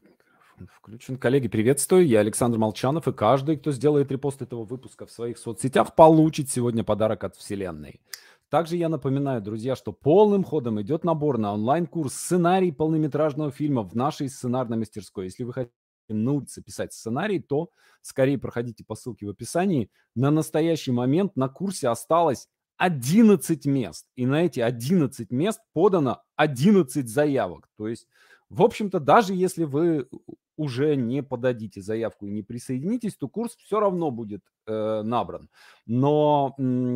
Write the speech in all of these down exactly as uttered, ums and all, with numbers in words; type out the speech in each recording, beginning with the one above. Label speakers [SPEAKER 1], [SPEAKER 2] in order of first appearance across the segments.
[SPEAKER 1] Микрофон включен. Коллеги, приветствую. Я Александр Молчанов, и каждый, кто сделает репост этого выпуска в своих соцсетях, получит сегодня подарок от Вселенной. Также я напоминаю, друзья, что полным ходом идет набор на онлайн-курс «Сценарий полнометражного фильма» в нашей сценарной мастерской. Если вы хотите научиться писать сценарий, то скорее проходите по ссылке в описании. На настоящий момент на курсе осталось одиннадцать мест, и на эти одиннадцать мест подано одиннадцать заявок. То есть, в общем-то, даже если вы уже не подадите заявку и не присоединитесь, то курс все равно будет э, набран. Но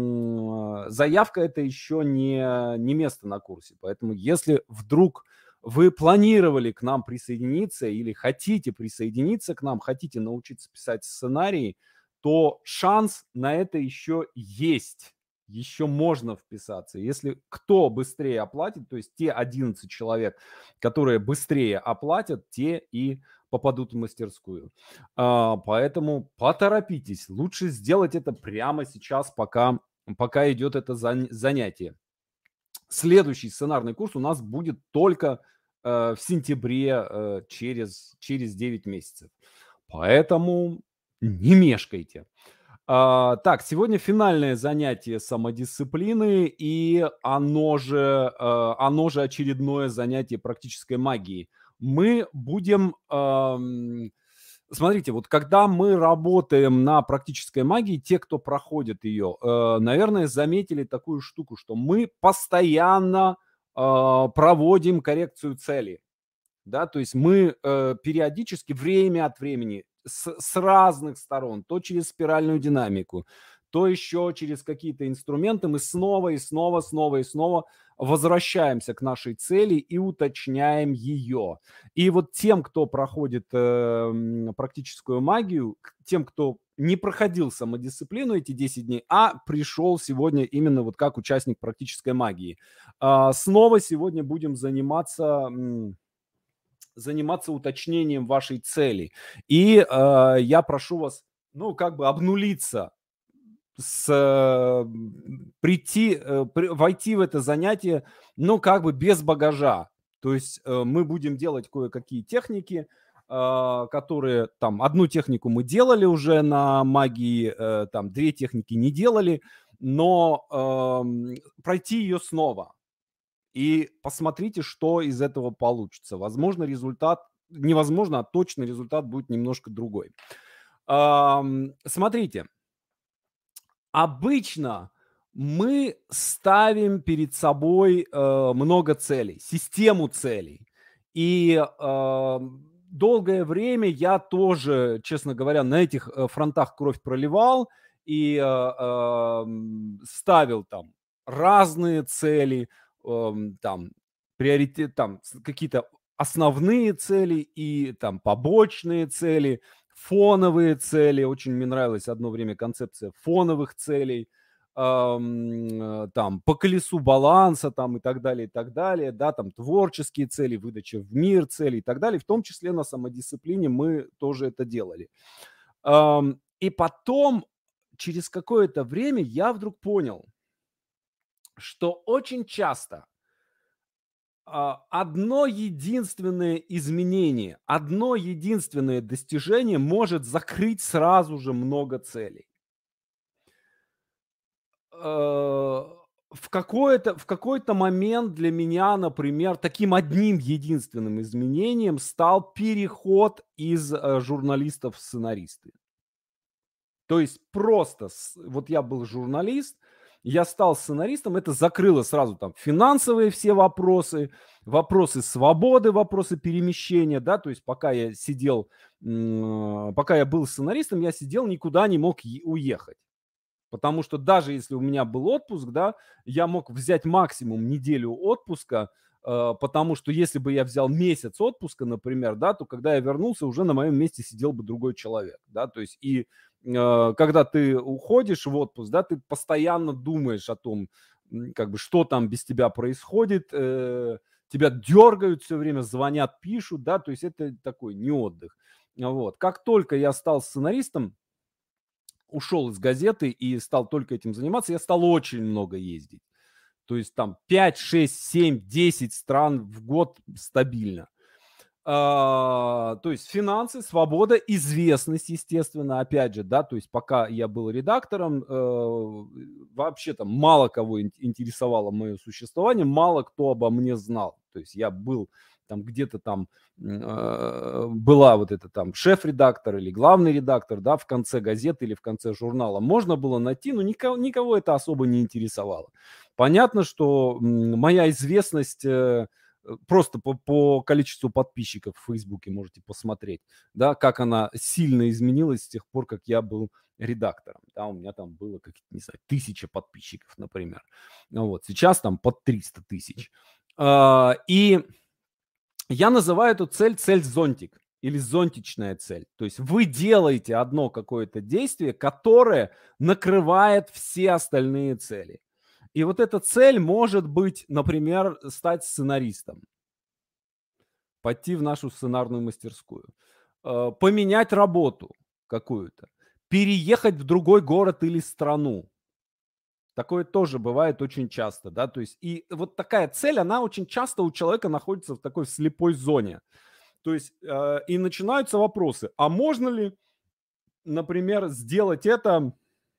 [SPEAKER 1] м, заявка это еще не, не место на курсе. Поэтому если вдруг вы планировали к нам присоединиться или хотите присоединиться к нам, хотите научиться писать сценарии, то шанс на это еще есть. Еще можно вписаться. Если кто быстрее оплатит, то есть те одиннадцать человек, которые быстрее оплатят, те и попадут в мастерскую. А, поэтому поторопитесь. Лучше сделать это прямо сейчас, пока, пока идет это зан- занятие. Следующий сценарный курс у нас будет только э, в сентябре э, через, через девять месяцев. Поэтому не мешкайте. А, так, сегодня финальное занятие самодисциплины, и оно же, э, оно же очередное занятие практической магии. Мы будем... ам, Смотрите, вот когда мы работаем на практической магии, те, кто проходит ее, э, наверное, заметили такую штуку, что мы постоянно а, проводим коррекцию цели. Да, то есть мы э, периодически, время от времени, с, с разных сторон, то через спиральную динамику, то еще через какие-то инструменты, мы снова и снова, снова и снова возвращаемся к нашей цели и уточняем ее. И вот тем, кто проходит э, м, практическую магию, к- тем, кто не проходил самодисциплину эти десять дней, а пришел сегодня именно вот как участник практической магии. А, снова сегодня будем заниматься... м, заниматься уточнением вашей цели. И э, я прошу вас, ну, как бы обнулиться, с, э, прийти, э, при- войти в это занятие, ну, как бы без багажа. То есть э, мы будем делать кое-какие техники, э, которые там, одну технику мы делали уже на магии, э, там, две техники не делали, но эм, пройти ее снова. И посмотрите, что из этого получится. Возможно, результат, невозможно, а точно результат будет немножко другой. Ам, Смотрите, обычно мы ставим перед собой э, много целей, систему целей. И ам, долгое время я тоже, честно говоря, на этих э, фронтах кровь проливал и э, ам, ставил там разные цели, эм, там приоритет, там с- какие-то основные цели и там побочные цели, фоновые цели. Очень мне нравилась одно время концепция фоновых целей. Ам, э, там по колесу баланса там и так далее, и так далее, да, там творческие цели, выдача в мир цели и так далее. В том числе на самодисциплине мы тоже это делали. Ам, и потом, через какое-то время я вдруг понял, что очень часто а, одно единственное изменение, одно единственное достижение может закрыть сразу же много целей. Э, В какой-то, в какой-то момент для меня, например, таким одним единственным изменением стал переход из э, журналистов в сценаристы. То есть просто, с- вот я был журналист, я стал сценаристом, это закрыло сразу там финансовые все вопросы, вопросы свободы, вопросы перемещения, да, то есть пока я сидел, м, пока я был сценаристом, я сидел, никуда не мог е- уехать. Потому что даже если у меня был отпуск, да, я мог взять максимум неделю отпуска, э, потому что если бы я взял месяц отпуска, например, да, то когда я вернулся, уже на моем месте сидел бы другой человек, да, то есть и э, когда ты уходишь в отпуск, да, ты постоянно думаешь о том, м, как бы, что там без тебя происходит, э, тебя дергают все время, звонят, пишут, да, то есть это такой не отдых. Вот. Как только я стал сценаристом, ушел из газеты и стал только этим заниматься, я стал очень много ездить. То есть там пять, шесть, семь, десять стран в год стабильно. А, то есть финансы, свобода, известность, естественно, опять же, да, то есть пока я был редактором, э, вообще там мало кого ин- интересовало мое существование, мало кто обо мне знал. То есть я был там где-то там, м, э, была вот это там шеф-редактор или главный редактор, да, в конце газеты или в конце журнала. Можно было найти, но никого, никого это особо не интересовало. Понятно, что м, моя известность... э, Э, просто по по количеству подписчиков в "Фейсбуке" можете посмотреть, да, как она сильно изменилась с тех пор, как я был редактором. Да, у меня там было, как не знаю, тысяча подписчиков, например. Ну вот, сейчас там под триста тысяч. А, и я называю эту цель цель-зонтик или зонтичная цель. То есть вы делаете одно какое-то действие, которое накрывает все остальные цели. И вот эта цель может быть, например, стать сценаристом. Пойти в нашу сценарную мастерскую, э, поменять работу какую-то, переехать в другой город или страну. Такое тоже бывает очень часто, да, то есть и вот такая цель, она очень часто у человека находится в такой слепой зоне. То есть, э, и начинаются вопросы: а можно ли, например, сделать это,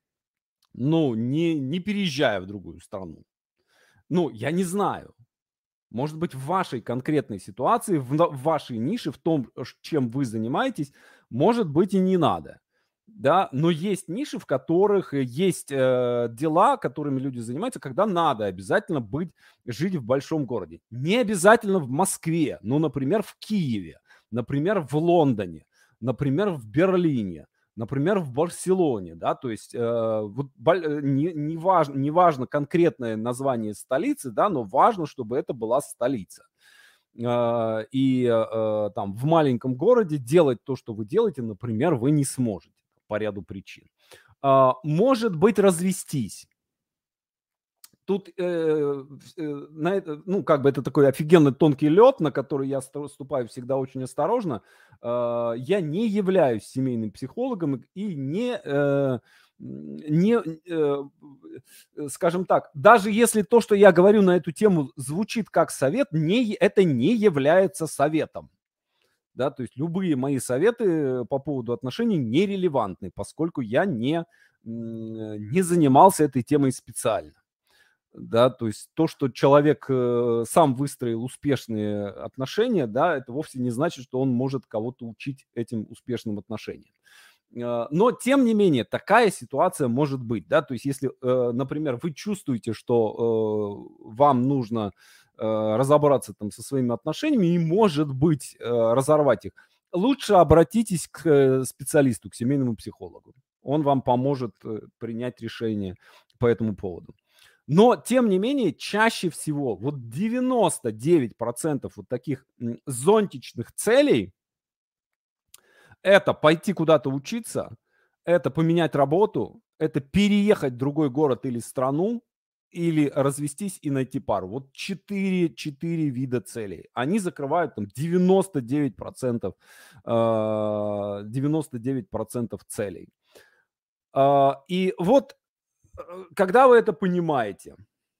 [SPEAKER 1] ну, не не переезжая в другую страну? Ну, я не знаю. Может быть, в вашей конкретной ситуации, в, на- в вашей нише, в том, ш- чем вы занимаетесь, может быть и не надо. Да, но есть ниши, в которых э, есть э, дела, которыми люди занимаются, когда надо обязательно быть, жить в большом городе. Не обязательно в Москве, ну, например, в Киеве, например, в Лондоне, например, в Берлине, например, в Барселоне, да, то есть э, вот боль- э, не, не, важно, не важно конкретное название столицы, да, но важно, чтобы это была столица. А, И э, там в маленьком городе делать то, что вы делаете, например, вы не сможете по ряду причин. А, Может быть, развестись. Тут, э, вс э, на это, ну, как бы это такой офигенно тонкий лед, на который я сто ступаю всегда очень осторожно. А, я не являюсь семейным психологом и и не, э, м, не, э, э, скажем так, даже если то, что я говорю на эту тему, звучит как совет, не е это не является советом. Да, то есть любые мои советы по поводу отношений нерелевантны, поскольку я не, м, не занимался этой темой специально. Да, то есть то, что человек, э, сам выстроил успешные отношения, да, это вовсе не значит, что он может кого-то учить этим успешным отношениям. А, но тем не менее такая ситуация может быть, да. То есть если, э, например, вы чувствуете, что, э, вам нужно, э, разобраться там со своими отношениями и, может быть, э, разорвать их, лучше обратитесь к, э, специалисту, к семейному психологу. Он вам поможет, э, принять решение по этому поводу. Но, тем не менее, чаще всего вот девяносто девять процентов вот таких, м, зонтичных целей — это пойти куда-то учиться, это поменять работу, это переехать в другой город или страну, или развестись и найти пару. Вот четыре четыре вида целей. Они закрывают там девяносто девять процентов, а, девяносто девять процентов целей. А, и вот, э, когда вы это понимаете,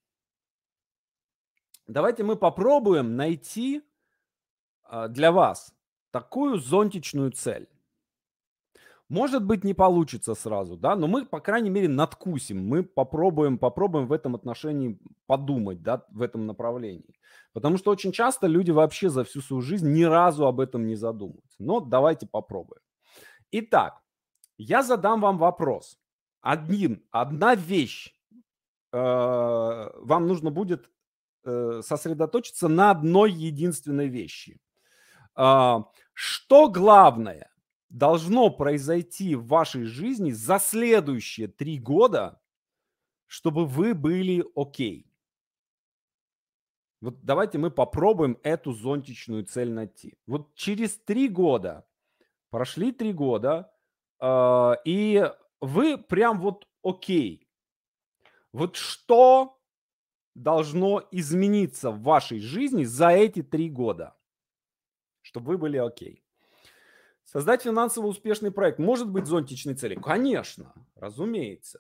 [SPEAKER 1] давайте мы попробуем найти, а, для вас такую зонтичную цель. Может быть, не получится сразу, да, но мы, по крайней мере, надкусим. Мы попробуем, попробуем в этом отношении подумать, да, в этом направлении. Потому что очень часто люди вообще за всю свою жизнь ни разу об этом не задумываются. Но давайте попробуем. Итак, я задам вам вопрос. Один, одна вещь. э, Вам нужно будет э, сосредоточиться на одной единственной вещи. А, Что главное должно произойти в вашей жизни за следующие три года, чтобы вы были окей? Вот давайте мы попробуем эту зонтичную цель найти. Вот через три года, прошли три года, а, и вы прям вот окей. Вот что должно измениться в вашей жизни за эти три года, чтобы вы были окей? Создать финансово успешный проект может быть зонтичной целью? Конечно, разумеется.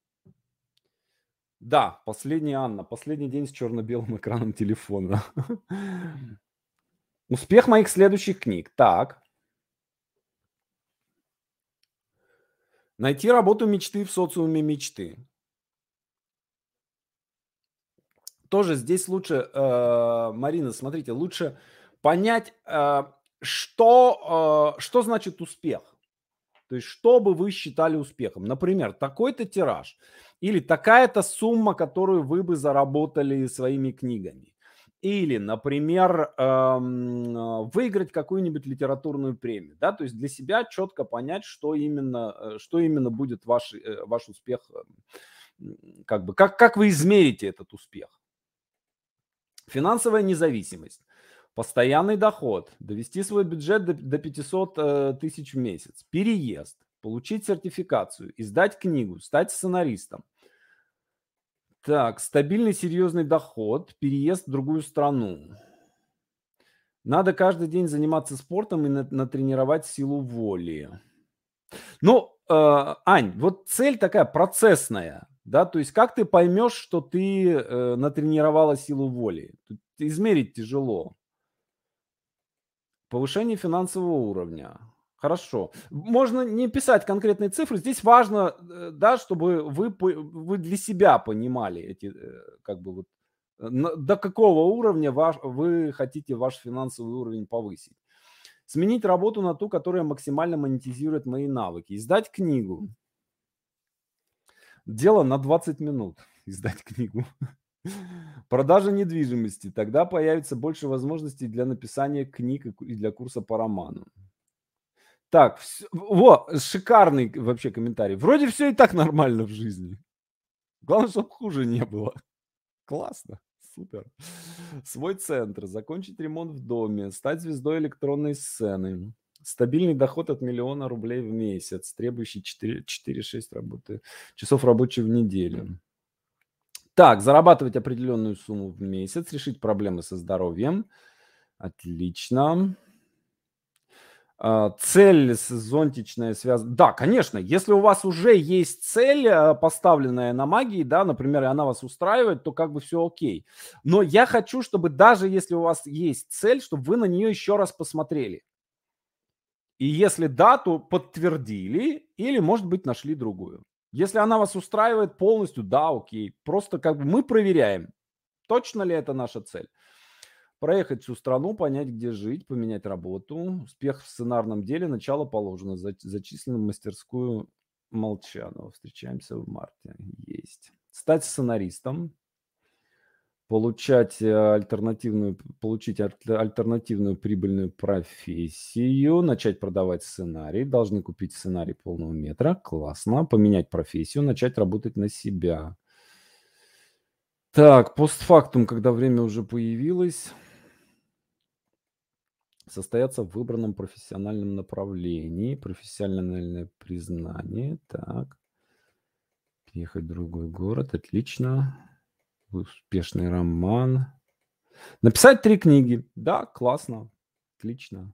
[SPEAKER 1] Да, последняя Анна, последний день с черно-белым экраном телефона. Успех моих следующих книг. Так. Найти работу мечты в социуме мечты. Тоже здесь лучше, э, Марина, смотрите, лучше понять, э, что, э, что значит успех. То есть, что бы вы считали успехом. Например, такой-то тираж или такая-то сумма, которую вы бы заработали своими книгами. Или, например, эм, а, выиграть какую-нибудь литературную премию. Да? То есть для себя четко понять, что именно, э, что именно будет ваш, э, ваш успех, э, м, как бы, как, как вы измерите этот успех. Финансовая независимость, постоянный доход, довести свой бюджет до, до пятисот э, тысяч в месяц, переезд, получить сертификацию, издать книгу, стать сценаристом. Так, стабильный серьезный доход, переезд в другую страну. Надо каждый день заниматься спортом и на- натренировать силу воли. Ну, э, Ань, вот цель такая процессная, да, то есть как ты поймешь, что ты э, натренировала силу воли? Тут измерить тяжело. Повышение финансового уровня. Хорошо. Можно не писать конкретные цифры. Здесь важно, э, да, чтобы вы, по- вы для себя понимали эти, э, как бы вот, э, на- до какого уровня ваш, вы хотите ваш финансовый уровень повысить. Сменить работу на ту, которая максимально монетизирует мои навыки. Издать книгу. Дело на двадцать минут. Издать книгу. Продажа недвижимости. Тогда появится больше возможностей для написания книг и ку- и для курса по роману. Так, вс во, шикарный к вообще комментарий. Вроде все и так нормально в жизни. Главное, чтоб хуже не было. Классно, супер. Свой центр, закончить ремонт в доме, стать звездой электронной сцены. Стабильный доход от миллиона рублей в месяц, требующий четыре четыре-шесть работы часов рабочих в неделю. Так, зарабатывать определенную сумму в месяц, решить проблемы со здоровьем. Отлично. А, цель с зонтичная связана. Да, конечно, если у вас уже есть цель, э, поставленная на магии, да, например, и она вас устраивает, то как бы все окей. Но я хочу, чтобы даже если у вас есть цель, чтобы вы на нее еще раз посмотрели. И если да, то подтвердили или, может быть, нашли другую. Если она вас устраивает полностью, да, окей. Просто как бы мы проверяем, точно ли это наша цель. Проехать всю страну, понять, где жить, поменять работу. Успех в сценарном деле. Начало положено. Зач- Зачислен в мастерскую Молчанова. Встречаемся в марте. Есть. Стать сценаристом. Получать э, альтернативную, получить аль- альтернативную прибыльную профессию. Начать продавать сценарий. Должны купить сценарий полного метра. Классно. Поменять профессию. Начать работать на себя. Так, постфактум, когда время уже появилось. Состояться в выбранном профессиональном направлении, профессиональное признание. Так, переехать в другой город, отлично. Успешный роман. Написать три книги. Да, классно, отлично.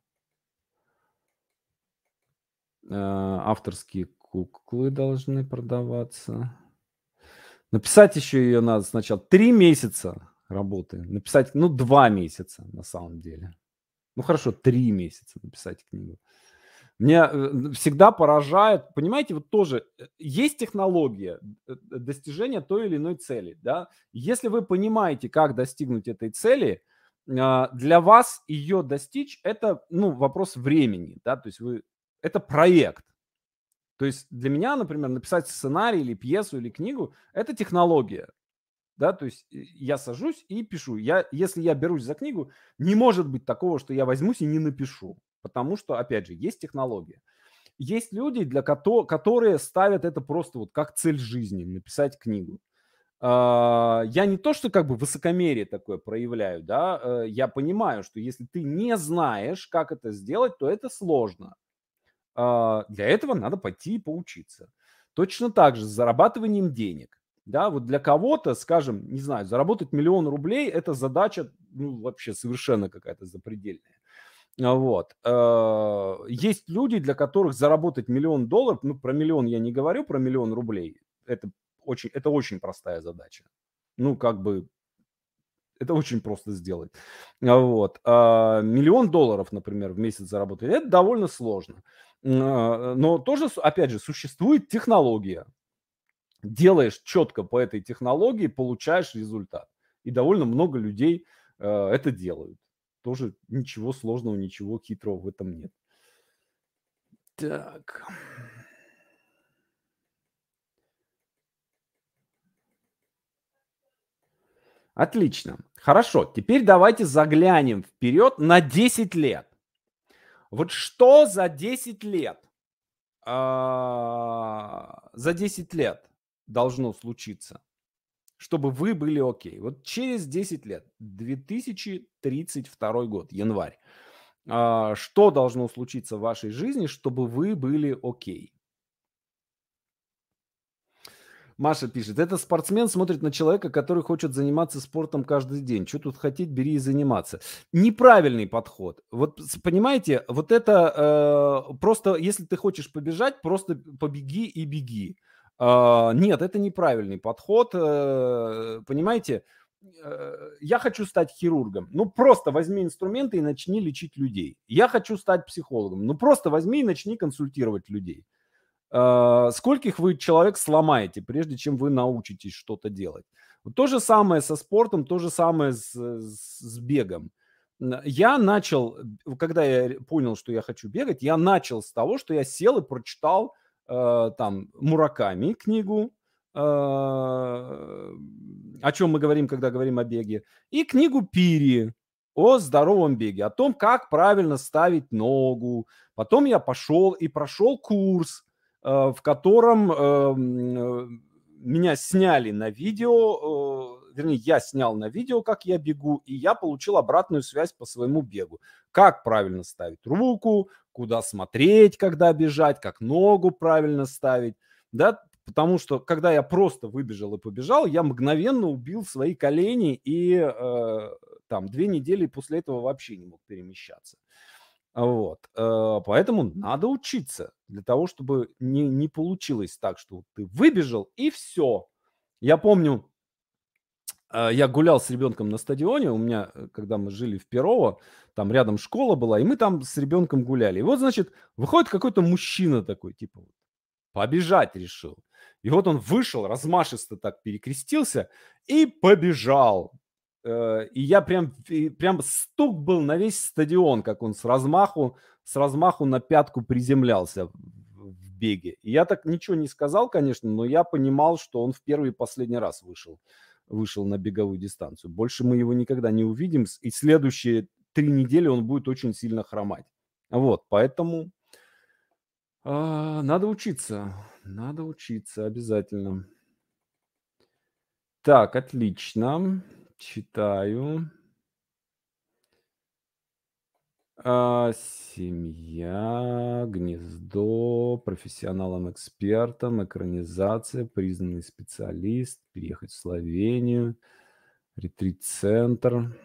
[SPEAKER 1] Э, авторские куклы должны продаваться. Написать еще ее надо сначала. Три месяца работы. Написать, ну, два месяца на самом деле. Ну, хорошо, три месяца написать книгу. Меня, э, всегда поражает, понимаете, вот тоже, э, есть технология, э, э, достижения той или иной цели, да. Если вы понимаете, как достигнуть этой цели, а, для вас ее достичь — это, ну, вопрос времени, да, то есть вы это проект. То есть для меня, например, написать сценарий или пьесу, или книгу — это технология, да, то есть, э, я сажусь и пишу. Я если я берусь за книгу, не может быть такого, что я возьмусь и не напишу, потому что, опять же, есть технология. Есть люди, для кото которые ставят это просто вот как цель жизни — написать книгу. А, я не то, что как бы высокомерие такое проявляю, да, э, я понимаю, что если ты не знаешь, как это сделать, то это сложно. А, для этого надо пойти и поучиться. Точно так же с зарабатыванием денег. Да, вот для кого-то, скажем, не знаю, заработать миллион рублей — это задача, ну, вообще совершенно какая-то запредельная. А, вот. Э, есть люди, для которых заработать миллион долларов, ну, про миллион я не говорю, про миллион рублей. Это очень это очень простая задача. Ну, как бы Это очень просто сделать. А, вот. А, миллион долларов, например, в месяц заработать- это довольно сложно. М, а, но тоже, с опять же, существует технология. Делаешь четко по этой технологии, получаешь результат. И довольно много людей, э, это делают. Тоже ничего сложного, ничего хитрого в этом нет. Так. Отлично. Хорошо, теперь давайте заглянем вперед на десять лет. Вот что за десять лет, а, за десять лет должно случиться, чтобы вы были окей? Вот через десять лет, две тысячи тридцать второй год, январь. А, что должно случиться в вашей жизни, чтобы вы были окей? Маша пишет: "Это спортсмен смотрит на человека, который хочет заниматься спортом каждый день. Чё тут хотеть, бери и заниматься". Неправильный подход. Вот с понимаете, вот это, э, просто если ты хочешь побежать, просто побеги и беги. А, нет, это неправильный подход. Э, понимаете, э, я хочу стать хирургом. Ну, просто возьми инструменты и начни лечить людей. Я хочу стать психологом. Ну, просто возьми и начни консультировать людей. А, скольких вы человек сломаете, прежде чем вы научитесь что-то делать? Вот то же самое со спортом, то же самое с с с бегом. Н я начал, э, когда я ре понял, что я хочу бегать, я начал с того, что я сел и прочитал, э, там Мураками книгу, а, о чем мы говорим, когда говорим о беге, и книгу Пири о здоровом беге, о том, как правильно ставить ногу. Потом я пошел и прошел курс, э, в котором, эм, э, меня сняли на видео, э, вернее, я снял на видео, как я бегу, и я получил обратную связь по своему бегу. Как правильно ставить руку, куда смотреть, когда бежать, как ногу правильно ставить, да. Потому что, когда я просто выбежал и побежал, я мгновенно убил свои колени и, э, там две недели после этого вообще не мог перемещаться. Вот, э, поэтому надо учиться для того, чтобы не не получилось так, что вот ты выбежал и все. Я помню, э, я гулял с ребенком на стадионе. У меня, э, когда мы жили в Перово, там рядом школа была, и мы там с ребенком гуляли. И вот, значит, выходит какой-то мужчина такой, типа, вот побежать решил. И вот он вышел, размашисто так перекрестился и побежал. Э, и я прям, и прям стук был на весь стадион, как он с размаху, с размаху на пятку приземлялся в, в беге. И я так ничего не сказал, конечно, но я понимал, что он в первый и последний раз вышел, вышел на беговую дистанцию. Больше мы его никогда не увидим, с- и следующие три недели он будет очень сильно хромать. Вот, поэтому а, надо учиться, надо учиться обязательно. Так, отлично. Читаю. А, семья, гнездо, профессионалом-экспертом, экранизация, признанный специалист, переехать в Словению, ретрит-центр.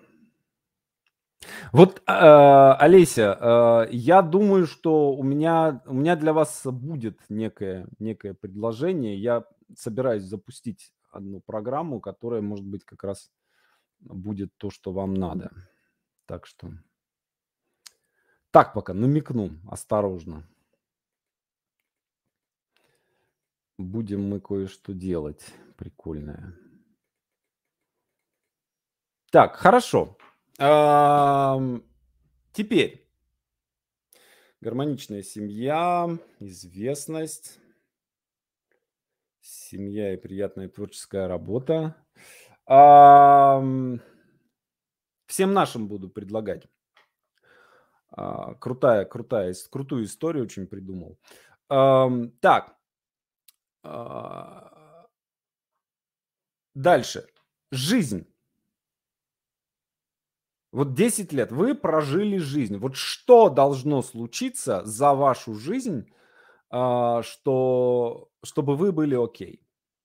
[SPEAKER 1] Вот, а, Олеся, а, я думаю, что у меня, у меня для вас будет некое, некое предложение. Я собираюсь запустить одну программу, которая, может быть, как раз будет то, что вам надо. Так что так пока намекну, осторожно. Будем мы кое-что делать прикольное. Так, хорошо. Ам, теперь гармоничная семья, известность, семья и приятная творческая работа. Ам, всем нашим буду предлагать. А, крутая, крутая, ис- крутую историю очень придумал. Ам, так, а, дальше. Жизнь. Вот десять лет вы прожили жизнь. Вот что должно случиться за вашу жизнь, а, что чтобы вы были окей?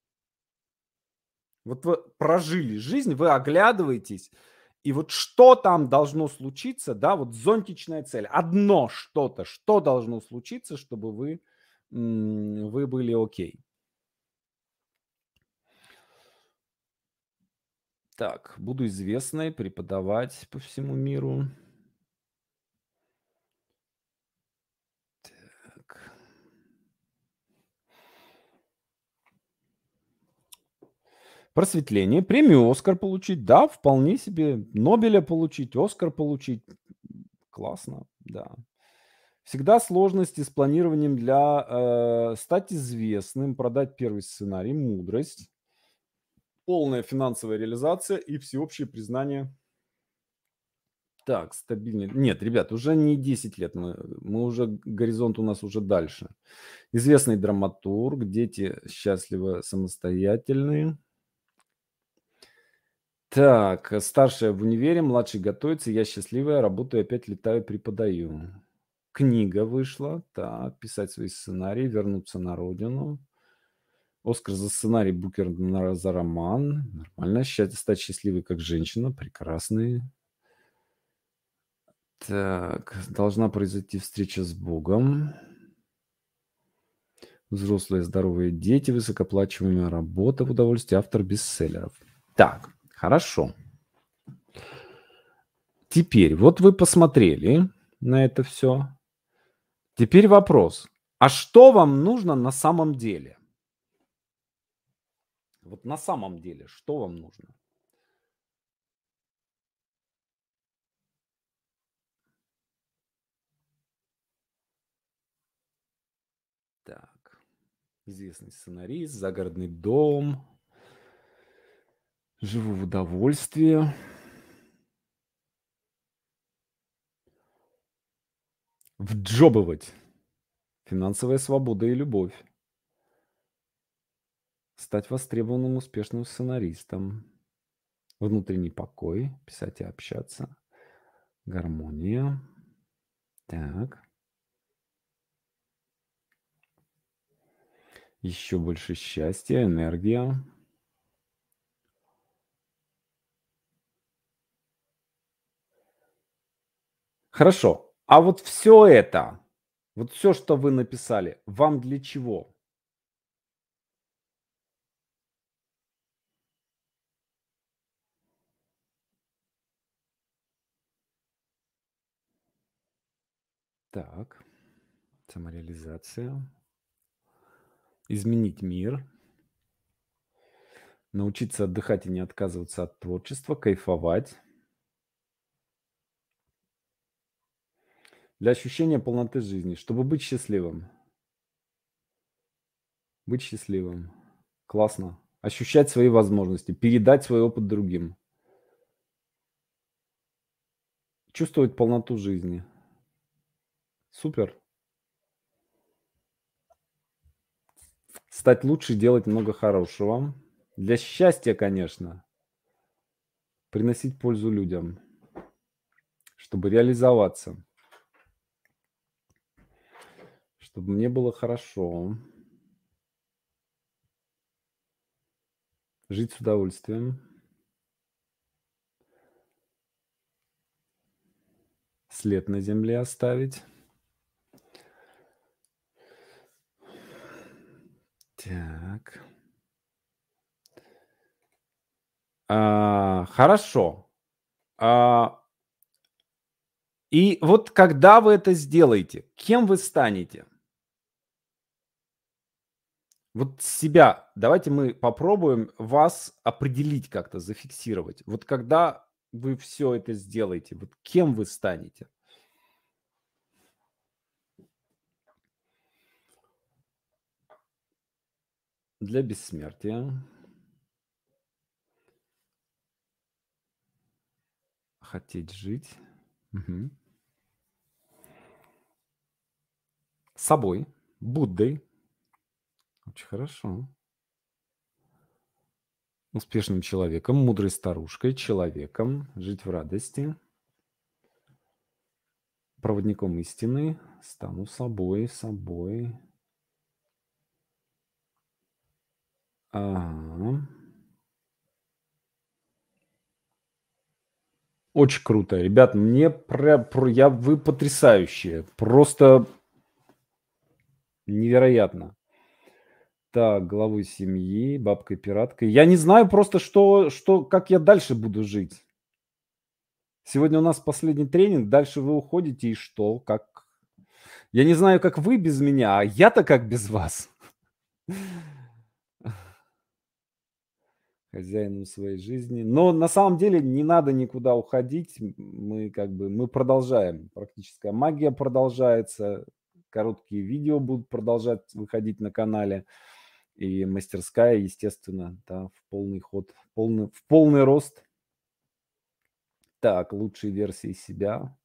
[SPEAKER 1] Вот вы прожили жизнь, вы оглядываетесь, и вот что там должно случиться, да, вот зонтичная цель. Одно что-то, что должно случиться, чтобы вы, м, вы были окей? Так, буду известной, преподавать по всему миру. Так. Просветление, премию «Оскар» получить. Да, вполне себе. Нобеля получить, «Оскар» получить. Классно, да. Всегда сложности с планированием для, э, стать известным, продать первый сценарий, мудрость, полная финансовая реализация и всеобщее признание. Так, стабильный. Нет, ребят, уже не десять лет, мы, мы уже, горизонт у нас уже дальше. Известный драматург, дети счастливы, самостоятельные. Так, э, старшая в универе, младший готовится, я счастливая, работаю, опять летаю, преподаю. Книга вышла, так, писать свои сценарии, вернуться на родину. Оскар за сценарий, Букер на- за роман. Нормально, Сча- стать счастливой как женщина, прекрасный. Так, должна произойти встреча с Богом. Взрослые здоровые дети, высокооплачиваемая работа в удовольствие, автор бестселлеров. Так, хорошо. Теперь, вот вы посмотрели на это все. Теперь вопрос. А что вам нужно на самом деле? Вот на самом деле, что вам нужно? Так, известный сценарист, загородный дом, живу в удовольствии, вджобывать, финансовая свобода и любовь, стать востребованным успешным сценаристом, внутренний покой, писать и общаться, гармония. Так. Еще больше счастья, энергия. Хорошо. А вот все это, вот все, что вы написали, вам для чего? Так, самореализация, изменить мир, научиться отдыхать и не отказываться от творчества, кайфовать. Для ощущения полноты жизни, чтобы быть счастливым. Быть счастливым. Классно. Ощущать свои возможности, передать свой опыт другим. Чувствовать полноту жизни. Супер. Стать лучше, делать много хорошего. Для счастья, конечно. Приносить пользу людям. Чтобы реализоваться. Чтобы мне было хорошо. Жить с удовольствием. След на земле оставить. Так. А, хорошо. А, и вот когда вы это сделаете, кем вы станете? Вот себя, давайте мы попробуем вас определить как-то, зафиксировать. Вот когда вы все это сделаете, вот кем вы станете? Для бессмертия. Хотеть жить. Мгм. Собой, Буддой. Очень хорошо. Успешным человеком, мудрой старушкой, человеком, жить в радости, проводником истины, стану собой, собой. Ага. Очень круто. Ребят, мне пра пр я вы потрясающие. Просто невероятно. Так, главой семьи, бабкой-пираткой. Я не знаю просто, что что как я дальше буду жить. Сегодня у нас последний тренинг, дальше вы уходите, и что? Как? Я не знаю, как вы без меня, а я-то как без вас? Хозяином своей жизни. Но на самом деле не надо никуда уходить. М, мы как бы мы продолжаем. Практическая магия продолжается. Короткие видео будут продолжать выходить на канале. И мастерская, естественно, да, в полный ход, в полный, в полный рост. Так, лучшие версии себя.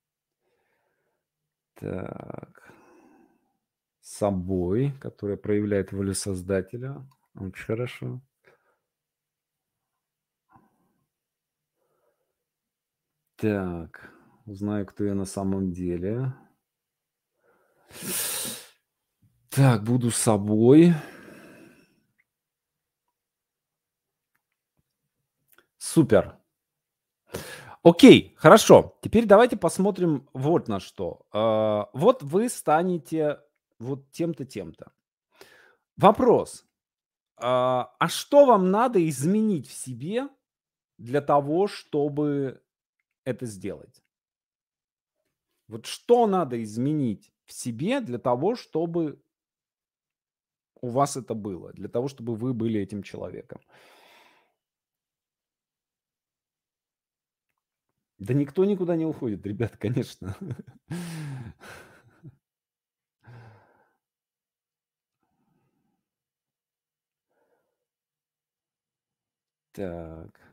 [SPEAKER 1] Так. Собой, которая проявляет волю Создателя. Очень хорошо. Так, узнаю, кто я на самом деле. Так, буду собой. Супер. Окей, хорошо. Теперь давайте посмотрим вот на что. А, вот вы станете вот тем-то, тем-то. Вопрос. А, а что вам надо изменить в себе для того, чтобы это сделать? Вот что надо изменить в себе для того, чтобы у вас это было, для того, чтобы вы были этим человеком? Да никто никуда не уходит, ребят, конечно. Так.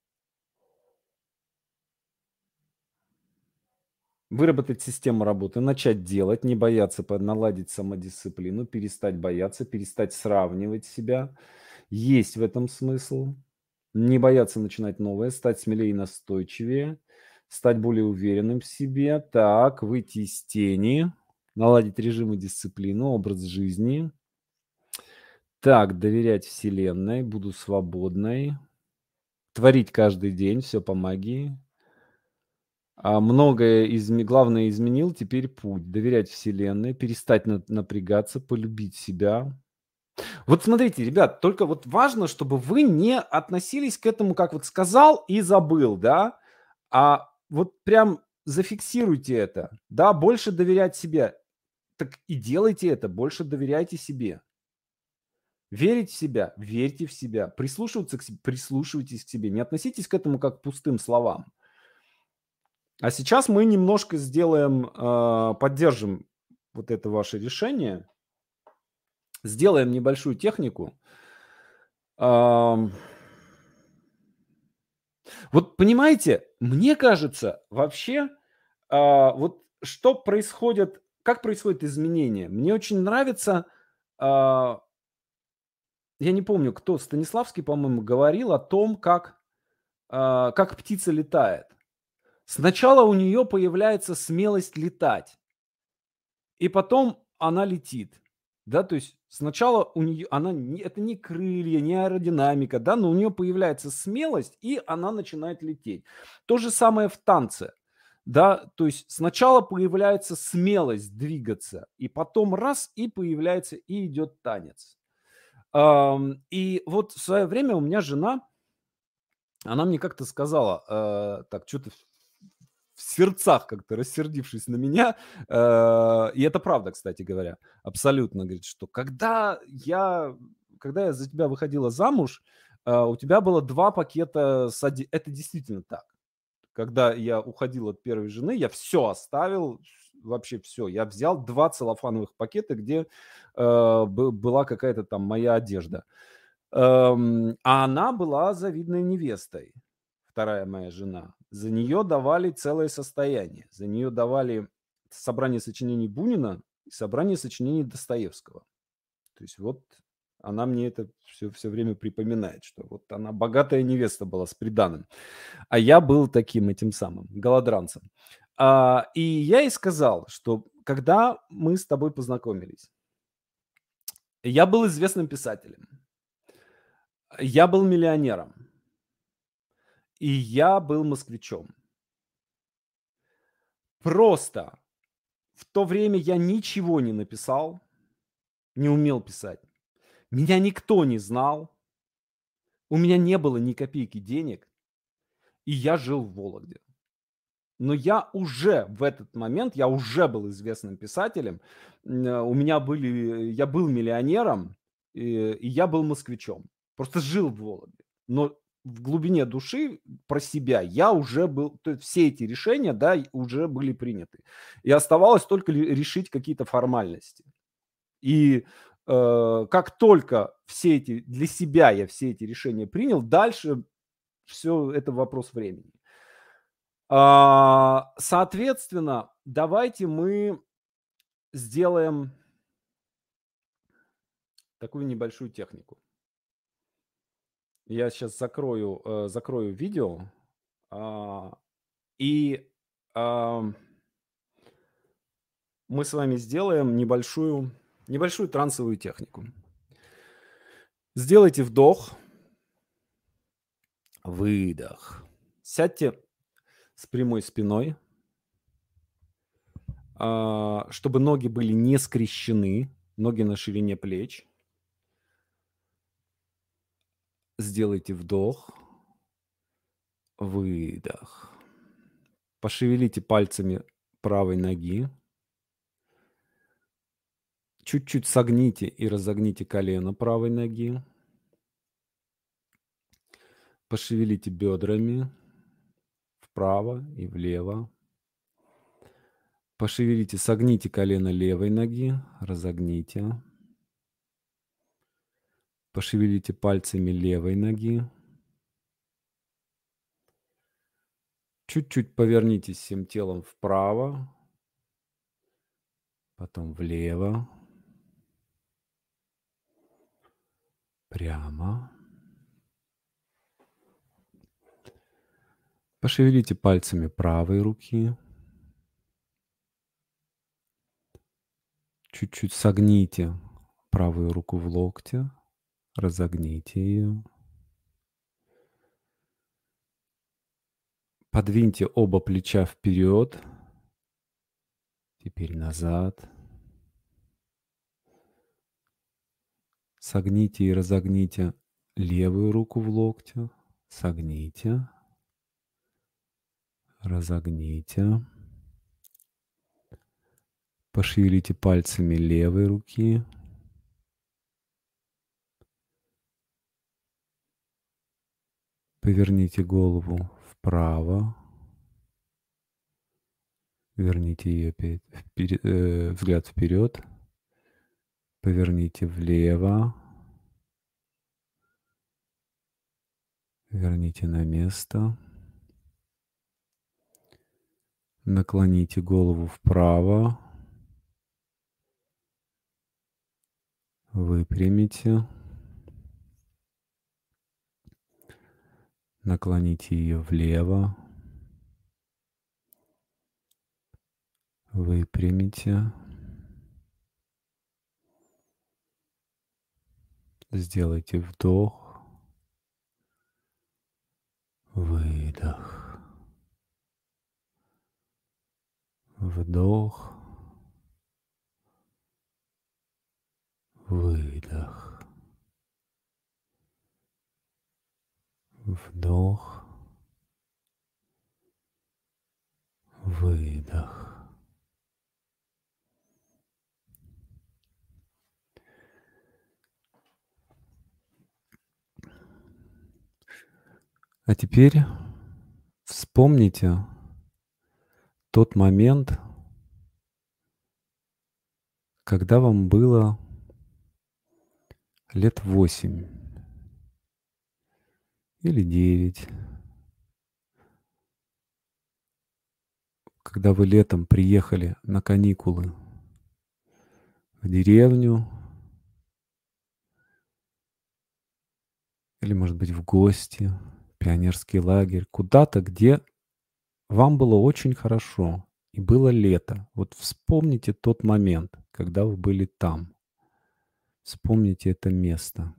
[SPEAKER 1] Выработать систему работы, начать делать, не бояться, под- наладить самодисциплину, перестать бояться, перестать сравнивать себя. Есть в этом смысл. Не бояться начинать новое, стать смелее и настойчивее, стать более уверенным в себе. Так, выйти из тени, наладить режим и дисциплину, образ жизни. Так, доверять Вселенной, буду свободной. Творить каждый день, все по магии. А многое изме главное изменил, теперь путь. Доверять Вселенной, перестать на напрягаться, полюбить себя. Вот смотрите, ребят, только вот важно, чтобы вы не относились к этому, как вот сказал и забыл, да, а вот прям зафиксируйте это, да, больше доверять себе. Так и делайте это, больше доверяйте себе. Верить в себя, верьте в себя. Прислушиваться к себе, прислушивайтесь к себе. Не относитесь к этому как к пустым словам. А сейчас мы немножко сделаем, а, поддержим вот это ваше решение, сделаем небольшую технику. Ам, вот понимаете, мне кажется, вообще, а, вот что происходит, как происходит изменение. Мне очень нравится, а, я не помню, кто, Станиславский, по-моему, говорил о том, как, а, как птица летает. Сначала у нее появляется смелость летать. И потом она летит. Да, то есть сначала у нее она не это не крылья, не аэродинамика, да, но у нее появляется смелость, и она начинает лететь. То же самое в танце. Да, то есть сначала появляется смелость двигаться, и потом раз, и появляется, и идет танец. Ам, и вот в свое время у меня жена, она мне как-то сказала, э, так, что то в сердцах как-то рассердившись на меня, э, и это правда, кстати говоря, абсолютно, говорит, что когда я когда я за тебя выходила замуж, э, у тебя было два пакета с оде это действительно так. Когда я уходил от первой жены, я все оставил, вообще все. Я взял два целлофановых пакета, где, э, бы была какая-то там моя одежда. Эм, а она была завидной невестой, вторая моя жена. За нее давали целое состояние. За нее давали собрание сочинений Бунина и собрание сочинений Достоевского. То есть вот она мне это все, все время припоминает, что вот она богатая невеста была с приданым, а я был таким этим самым голодранцем. А, и я ей сказал, что когда мы с тобой познакомились, я был известным писателем, я был миллионером, и я был москвичом. Просто в то время я ничего не написал, не умел писать, Меня никто не знал. У меня не было ни копейки денег, и я жил в Вологде. Но я уже в этот момент, я уже был известным писателем. М, э, у меня были я был миллионером, и и я был москвичом. Просто жил в Вологде. Но в глубине души про себя я уже был, то есть все эти решения, да, и уже были приняты. И оставалось только ли решить какие-то формальности. И, э, как только все эти для себя я все эти решения принял, дальше все это вопрос времени. А, соответственно, давайте мы сделаем такую небольшую технику. Я сейчас закрою, э, закрою видео, а, и, ам, мы с вами сделаем небольшую небольшую трансовую технику. Сделайте вдох, выдох. Сядьте с прямой спиной, а, чтобы ноги были не скрещены, ноги на ширине плеч. Сделайте вдох, выдох. Пошевелите пальцами правой ноги. Чуть-чуть согните и разогните колено правой ноги. Пошевелите бедрами вправо и влево. Пошевелите, согните колено левой ноги, разогните. Пошевелите пальцами левой ноги. Чуть-чуть повернитесь всем телом вправо, потом влево, прямо. Пошевелите пальцами правой руки. Чуть-чуть согните правую руку в локте, разогните ее. Подвиньте оба плеча вперед, теперь назад. Согните и разогните левую руку в локте, согните, разогните. Пошевелите пальцами левой руки. Поверните голову вправо. Верните ее вперед, э, взгляд вперед. Поверните влево. Верните на место. Наклоните голову вправо. Выпрямите. Наклоните ее влево. Выпрямите. Сделайте вдох. Выдох. Вдох. Выдох. Вдох. Выдох. А теперь вспомните тот момент, когда вам было лет восемь или девять, когда вы летом приехали на каникулы в деревню или, может быть, в гости, пионерский лагерь, куда-то, где вам было очень хорошо и было лето. Вот вспомните тот момент, когда вы были там. Вспомните это место.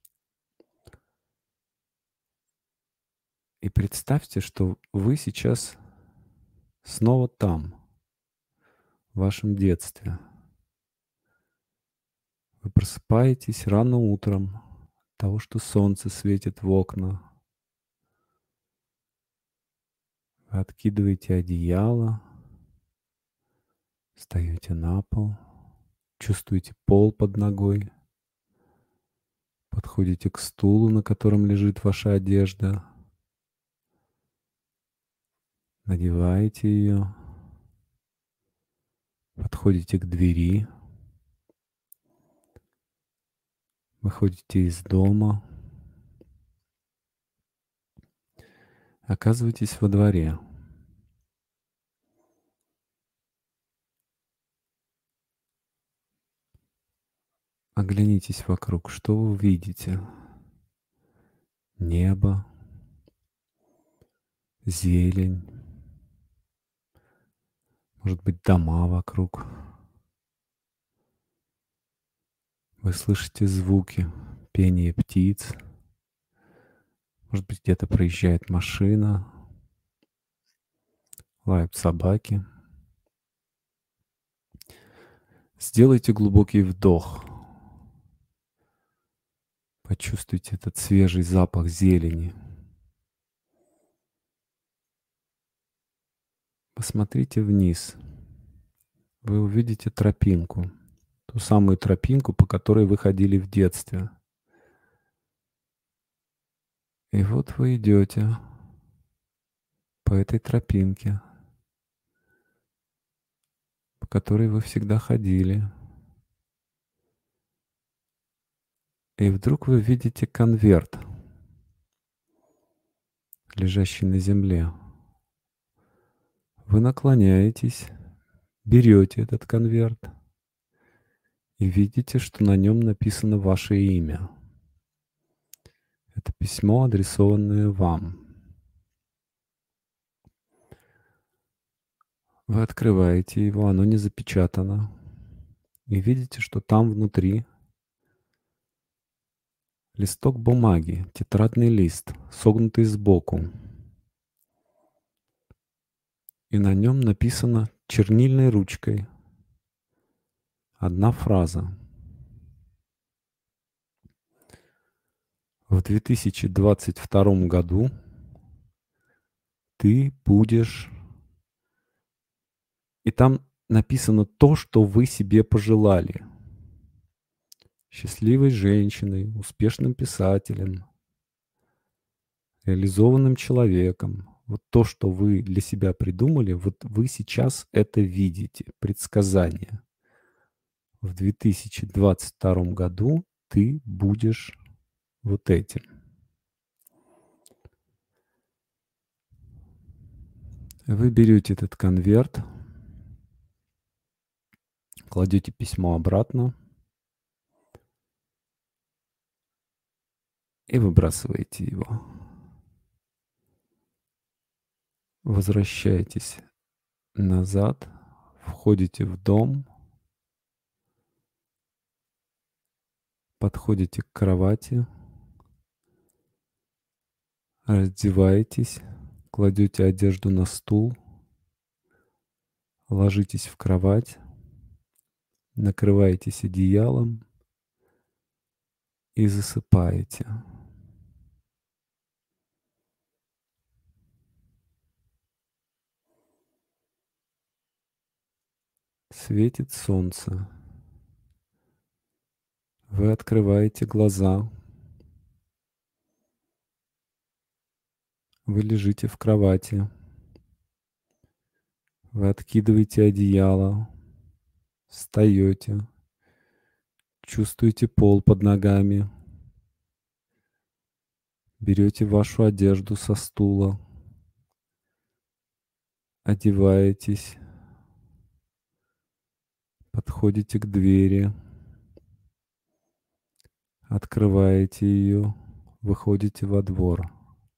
[SPEAKER 1] И представьте, что вы сейчас снова там, в вашем детстве, Вы просыпаетесь рано утром от того, что солнце светит в окна. Вы откидываете одеяло, встаете на пол, чувствуете пол под ногой, подходите к стулу, на котором лежит ваша одежда, надеваете ее, подходите к двери, выходите из дома, оказываетесь во дворе. Оглянитесь вокруг, что вы видите? Небо, зелень, может быть, дома вокруг. Вы слышите звуки, пение птиц. Может быть, где-то проезжает машина, лают собаки. Сделайте глубокий вдох. Почувствуйте этот свежий запах зелени. Посмотрите вниз. Вы увидите тропинку. Ту самую тропинку, по которой вы ходили в детстве. И вот вы идете по этой тропинке, по которой вы всегда ходили. И вдруг вы видите конверт, лежащий на земле. Вы наклоняетесь, берете этот конверт и видите, что на нем написано ваше имя. Это письмо, адресованное вам. Вы открываете его, оно не запечатано, и видите, что там внутри листок бумаги, тетрадный лист, согнутый сбоку. И на нем написано чернильной ручкой одна фраза. В две тысячи двадцать втором году ты будешь... И там написано то, что вы себе пожелали. Счастливой женщиной, успешным писателем, реализованным человеком. Вот то, что вы для себя придумали, вот вы сейчас это видите. Предсказание. В две тысячи двадцать втором году ты будешь вот этим. Вы берете этот конверт, кладете письмо обратно и выбрасываете его. Возвращаетесь назад, входите в дом, подходите к кровати, раздеваетесь, кладете одежду на стул, ложитесь в кровать, накрываетесь одеялом и засыпаете. Светит солнце. Вы открываете глаза. Вы лежите в кровати. Вы откидываете одеяло. Встаете. Чувствуете пол под ногами. Берете вашу одежду со стула. Одеваетесь. Подходите к двери. Открываете ее. Выходите во двор.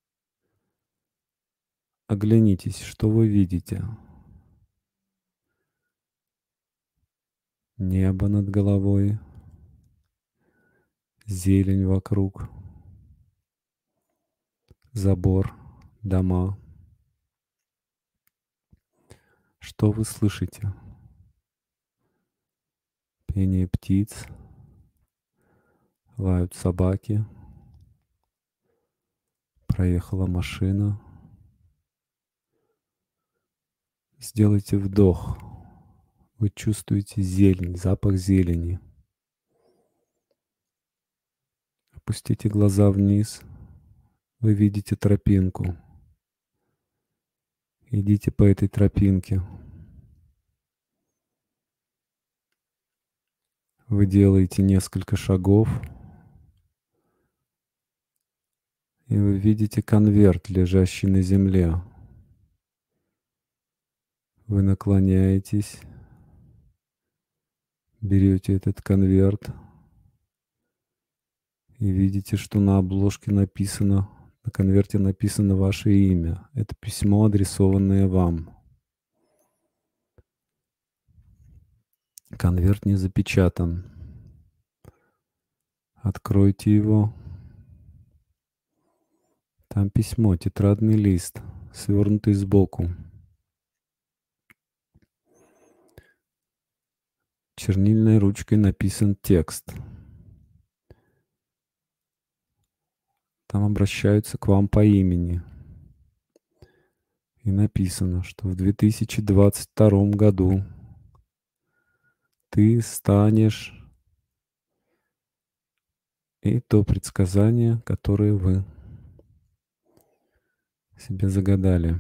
[SPEAKER 1] Оглянитесь, что вы видите. Небо над головой. Зелень вокруг. Забор. Дома. Что вы слышите? Пение птиц. Лают собаки. Проехала машина. Сделайте вдох. Вы чувствуете зелень, запах зелени. Опустите глаза вниз. Вы видите тропинку. Идите по этой тропинке. Вы делаете несколько шагов. И вы видите конверт, лежащий на земле. Вы наклоняетесь, берете этот конверт и видите, что на обложке написано, на конверте написано ваше имя. Это письмо, адресованное вам. Конверт не запечатан. Откройте его. Там письмо, тетрадный лист, свернутый сбоку. Чернильной ручкой написан текст. Там обращаются к вам по имени. И написано, что в две тысячи двадцать втором году ты станешь... И то предсказание, которое вы себе загадали.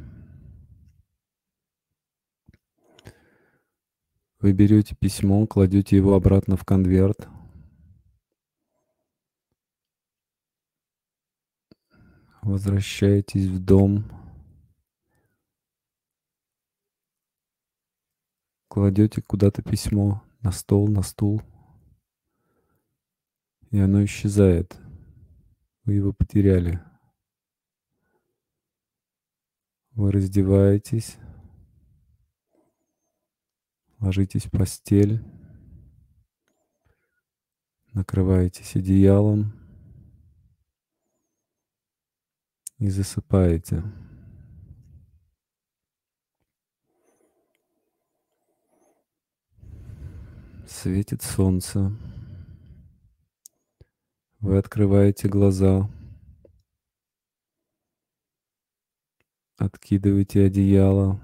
[SPEAKER 1] Вы берете письмо, кладете его обратно в конверт. Возвращаетесь в дом. Кладете куда-то письмо на стол, на стул. И оно исчезает. Вы его потеряли. Вы раздеваетесь. Ложитесь в постель. Накрываетесь одеялом. И засыпаете. Светит солнце. Вы открываете глаза. Откидываете одеяло.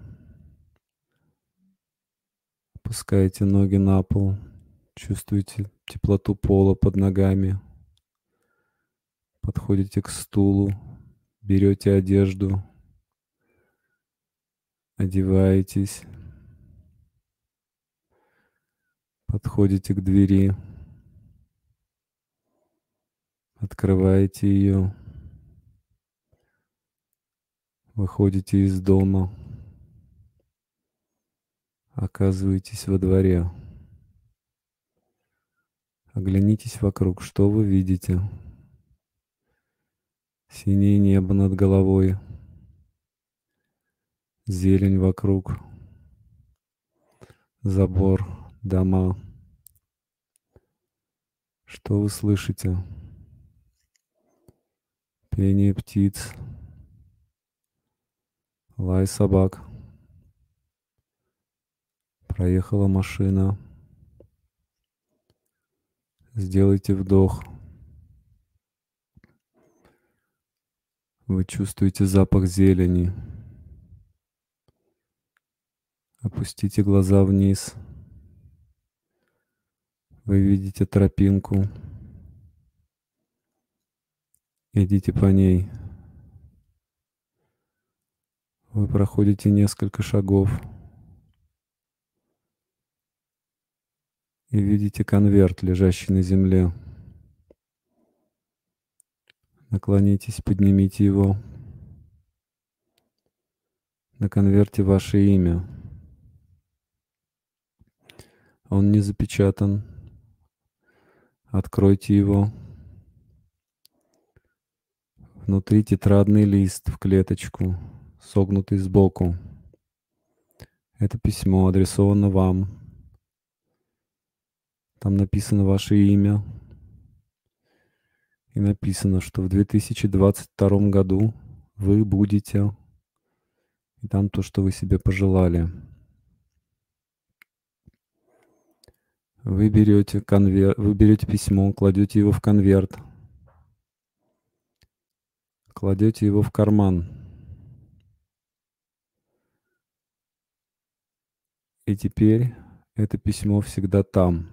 [SPEAKER 1] Опускаете ноги на пол. Чувствуете теплоту пола под ногами. Подходите к стулу. Берете одежду. Одеваетесь. Подходите к двери. Открываете ее. Выходите из дома. Оказываетесь во дворе. Оглянитесь вокруг. Что вы видите? Синее небо над головой. Зелень вокруг. Забор, дома. Что вы слышите? Пение птиц. Лай собак. Проехала машина. Сделайте вдох. Вы чувствуете запах зелени. Опустите глаза вниз. Вы видите тропинку. Идите по ней. Вы проходите несколько шагов. И видите конверт, лежащий на земле. Наклонитесь, поднимите его. На конверте ваше имя. Он не запечатан. Откройте его. Внутри тетрадный лист в клеточку, согнутый сбоку. Это письмо адресовано вам. Там написано ваше имя. И написано, что в две тысячи двадцать втором году вы будете... И там то, что вы себе пожелали. Вы берете конверт, вы берете письмо, кладете его в конверт, кладете его в карман. И теперь это письмо всегда там.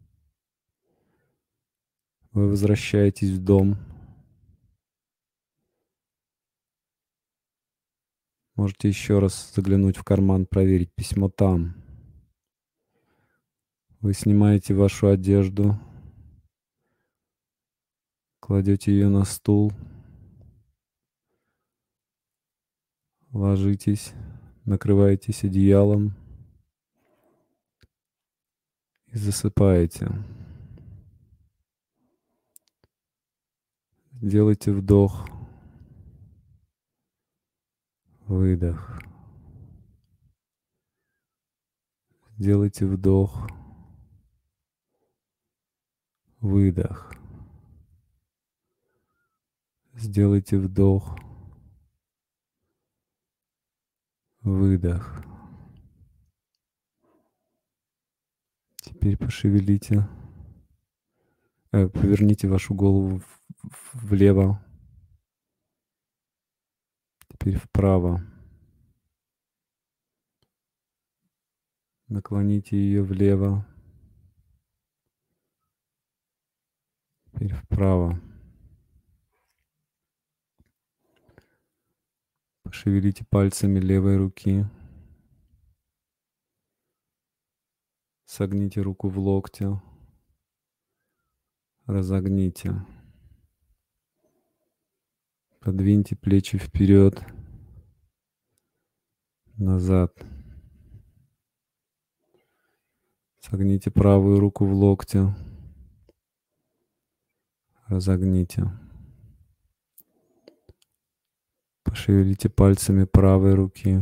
[SPEAKER 1] Вы возвращаетесь в дом. Можете еще раз заглянуть в карман, проверить, письмо там. Вы снимаете вашу одежду, кладете ее на стул, ложитесь, накрываетесь одеялом и засыпаете. Делайте вдох, выдох. Делайте вдох, выдох. Сделайте вдох, выдох. Теперь пошевелите, э, поверните вашу голову в- в- влево, теперь вправо. Наклоните ее влево, теперь вправо. Пошевелите пальцами левой руки. Согните руку в локте. Разогните. Подвиньте плечи вперед, назад. Согните правую руку в локте. Разогните. Пошевелите пальцами правой руки.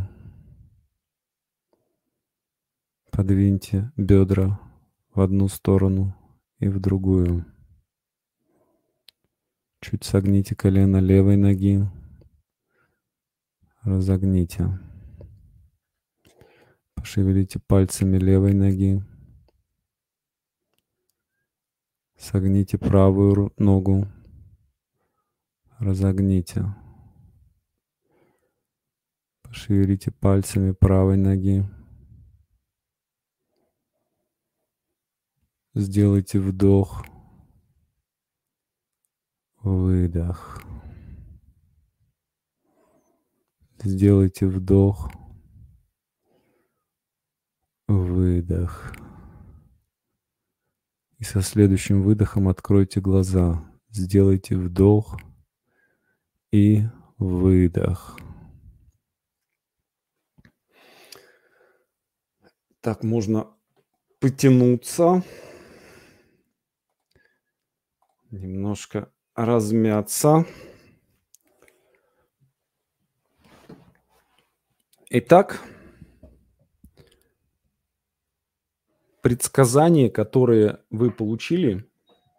[SPEAKER 1] Подвиньте бедра в одну сторону и в другую. Чуть согните колено левой ноги. Разогните. Пошевелите пальцами левой ноги. Согните правую ру- ногу. Разогните. Пошевелите пальцами правой ноги. Сделайте вдох. Выдох. Сделайте вдох. Выдох. И со следующим выдохом откройте глаза. Сделайте вдох и выдох. Так, можно потянуться, немножко размяться. Итак, предсказание, которое вы получили,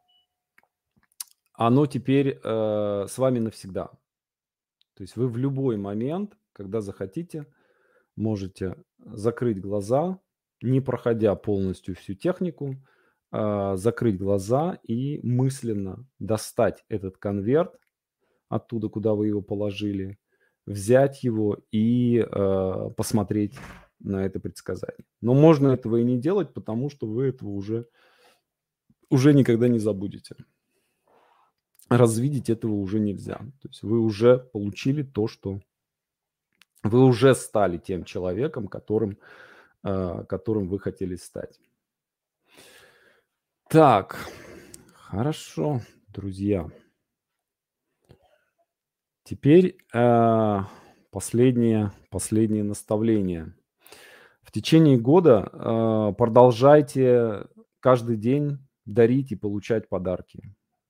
[SPEAKER 1] оно теперь э, с вами навсегда. То есть вы в любой момент, когда захотите, можете закрыть глаза, не проходя полностью всю технику, а, закрыть глаза и мысленно достать этот конверт оттуда, куда вы его положили, взять его и э, посмотреть на это предсказание. Но можно этого и не делать, потому что вы этого уже, уже никогда не забудете. Развидеть этого уже нельзя. То есть вы уже получили то, что вы уже стали тем человеком, которым, э, которым вы хотели стать. Так, хорошо, друзья. Теперь э, последнее, последнее наставление. В течение года э, продолжайте каждый день дарить и получать подарки.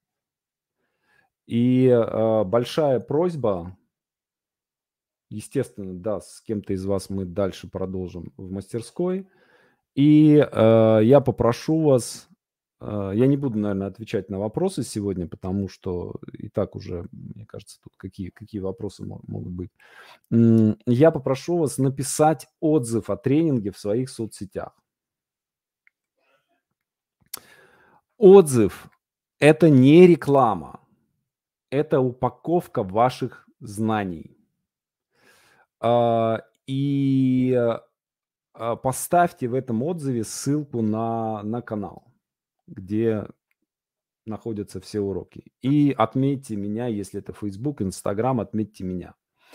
[SPEAKER 1] И э, большая просьба, естественно, да, с кем-то из вас мы дальше продолжим в мастерской. И э, я попрошу вас, э, я не буду, наверное, отвечать на вопросы сегодня, потому что и так уже, мне кажется, тут какие, какие вопросы мо- могут быть. М, Я попрошу вас написать отзыв о тренинге в своих соцсетях. Отзыв- это не реклама, это упаковка ваших знаний. А, и, а, поставьте в этом отзыве ссылку на на канал, где находятся все уроки. И отметьте меня, если это "Фейсбук", "Инстаграм", отметьте меня.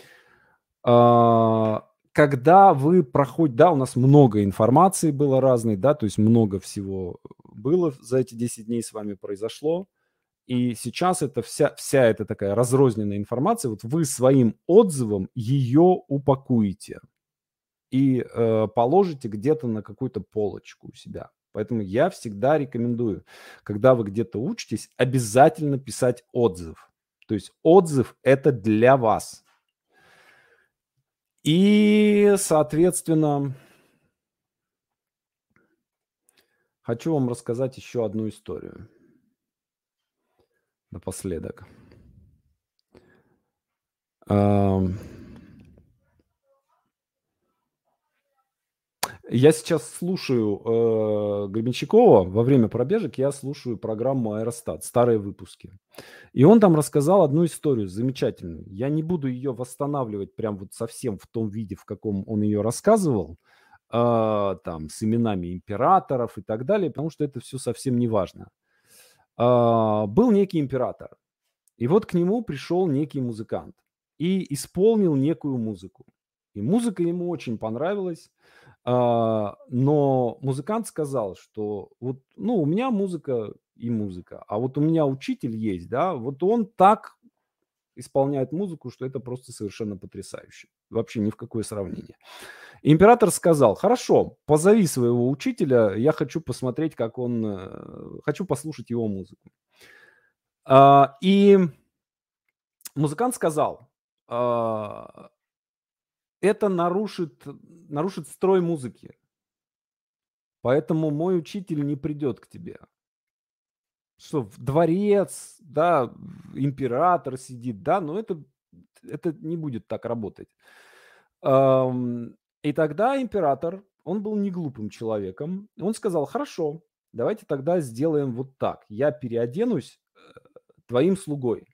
[SPEAKER 1] А, когда вы проходь да, у нас много информации было разной, да, то есть много всего было за эти десять дней с вами произошло. И сейчас это вся вся эта такая разрозненная информация, вот вы своим отзывом ее упакуете и, э, положите где-то на какую-то полочку у себя. Поэтому я всегда рекомендую, когда вы где-то учитесь, обязательно писать отзыв. То есть отзыв- это для вас. И, соответственно хочу вам рассказать еще одну историю напоследок. Ам. Я сейчас слушаю, э, Гребенщикова. Во время пробежек я слушаю программу "Аэростат", старые выпуски. И он там рассказал одну историю замечательную. Я не буду ее восстанавливать прям вот совсем в том виде, в каком он ее рассказывал, а, там с именами императоров и так далее, потому что это все совсем не важно. А, был некий император, и вот к нему пришел некий музыкант и исполнил некую музыку. И музыка ему очень понравилась, а, но музыкант сказал, что вот, ну, у меня музыка и музыка, а вот у меня учитель есть, да, вот он так исполняет музыку, что это просто совершенно потрясающе. Вообще ни в какое сравнение. И император сказал: "Хорошо, позови своего учителя, я хочу посмотреть, как он, э, хочу послушать его музыку". А, и музыкант сказал: "А, это нарушит нарушит строй музыки. Поэтому мой учитель не придет к тебе". Что в дворец, да, в император сидит, да, но это это не будет так работать. Ам, и тогда император, он был не глупым человеком, он сказал: "Хорошо, давайте тогда сделаем вот так. Я переоденусь, э, твоим слугой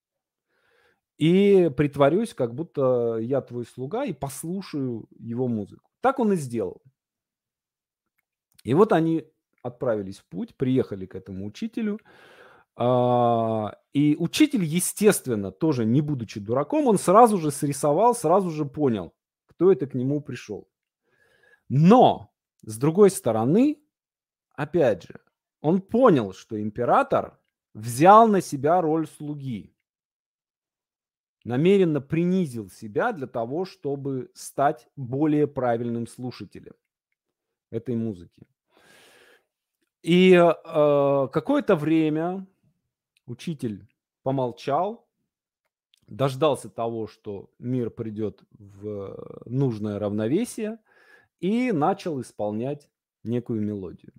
[SPEAKER 1] и притворюсь, как будто я твой слуга, и послушаю его музыку". Так он и сделал. И вот они отправились в путь, приехали к этому учителю. А, и учитель, естественно, тоже не будучи дураком, он сразу же срисовал, сразу же понял, кто это к нему пришел. Но, с другой стороны, опять же, он понял, что император взял на себя роль слуги. Намеренно принизил себя для того, чтобы стать более правильным слушателем этой музыки. И, э, какое-то время учитель помолчал, дождался того, что мир придет в нужное равновесие, и начал исполнять некую мелодию.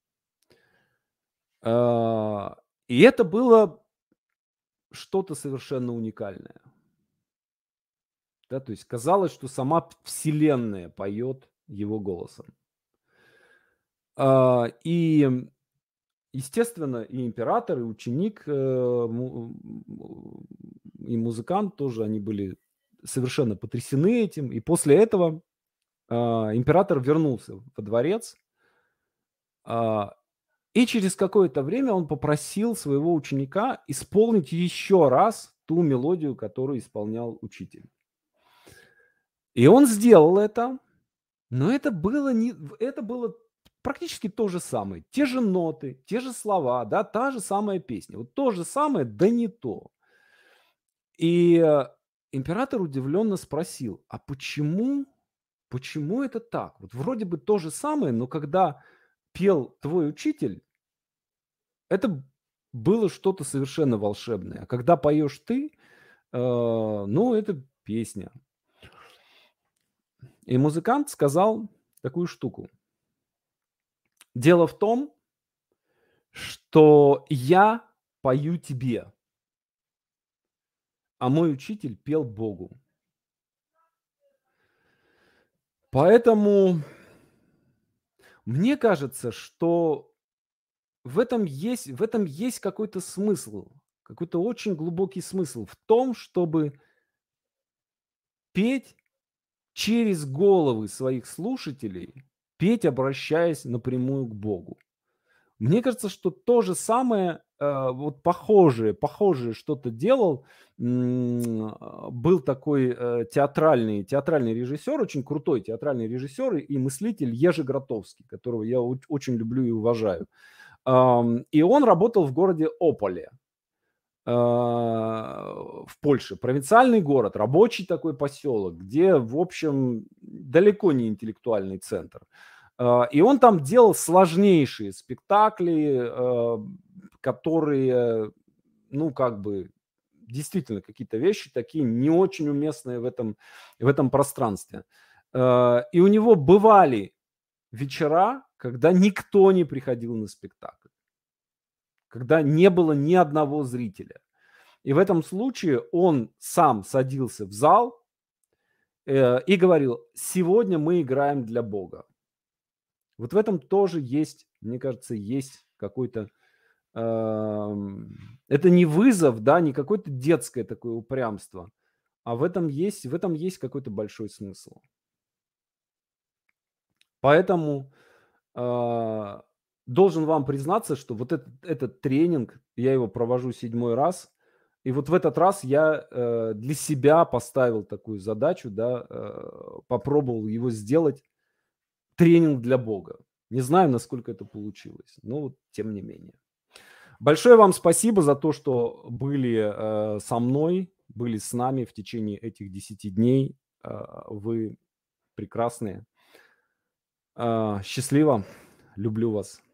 [SPEAKER 1] А, и это было что-то совершенно уникальное. Да, то есть казалось, что сама п вселенная поет его голосом. А, и, естественно, и император, и ученик, э, му м, и музыкант тоже, они были совершенно потрясены этим. И после этого, а, император вернулся во дворец. А, и через какое-то время он попросил своего ученика исполнить еще раз ту мелодию, которую исполнял учитель. И он сделал это, но это было не в это было практически то же самое. Те же ноты, те же слова, да, та же самая песня. Вот то же самое, да не то. И, э, император удивленно спросил: "А почему почему это так? Вот вроде бы то же самое, но когда пел твой учитель, это б было что-то совершенно волшебное, а когда поешь ты, э, ну, это песня". И музыкант сказал такую штуку: "Дело в том что я пою тебе" "а мой учитель пел Богу". Поэтому мне кажется, что в этом есть, в этом есть какой-то смысл, какой-то очень глубокий смысл в том, чтобы петь через головы своих слушателей, петь, обращаясь напрямую к Богу. Мне кажется, что то же самое, э, вот похожее, похожее что-то делал, м, а, был такой э, театральный, театральный режиссер, очень крутой театральный режиссер и мыслитель Ежи Гротовский, которого я оч- очень люблю и уважаю. Ам, И он работал в городе Ополе, а, в Польше. Провинциальный город, рабочий такой поселок, где, в общем, далеко не интеллектуальный центр. А, И он там делал сложнейшие спектакли, а, которые, ну, как бы, действительно какие-то вещи такие не очень уместные в этом, в этом пространстве. А, И у него бывали вечера, когда никто не приходил на спектакль, когда не было ни одного зрителя. И в этом случае он сам садился в зал э, и говорил: "Сегодня мы играем для Бога". Вот в этом тоже есть, мне кажется, есть какой-то, ам, это не вызов, да, не какое-то детское такое упрямство, а в этом есть, в этом есть какой-то большой смысл. Поэтому а, должен вам признаться, что вот этот, этот тренинг, я его провожу седьмой раз, и вот в этот раз я э, для себя поставил такую задачу, да, э, попробовал его сделать тренинг для Бога. Не знаю, насколько это получилось, но вот тем не менее. Большое вам спасибо за то, что были э, со мной, были с нами в течение этих десяти дней. Э, вы прекрасные. Э, счастливо. Люблю вас.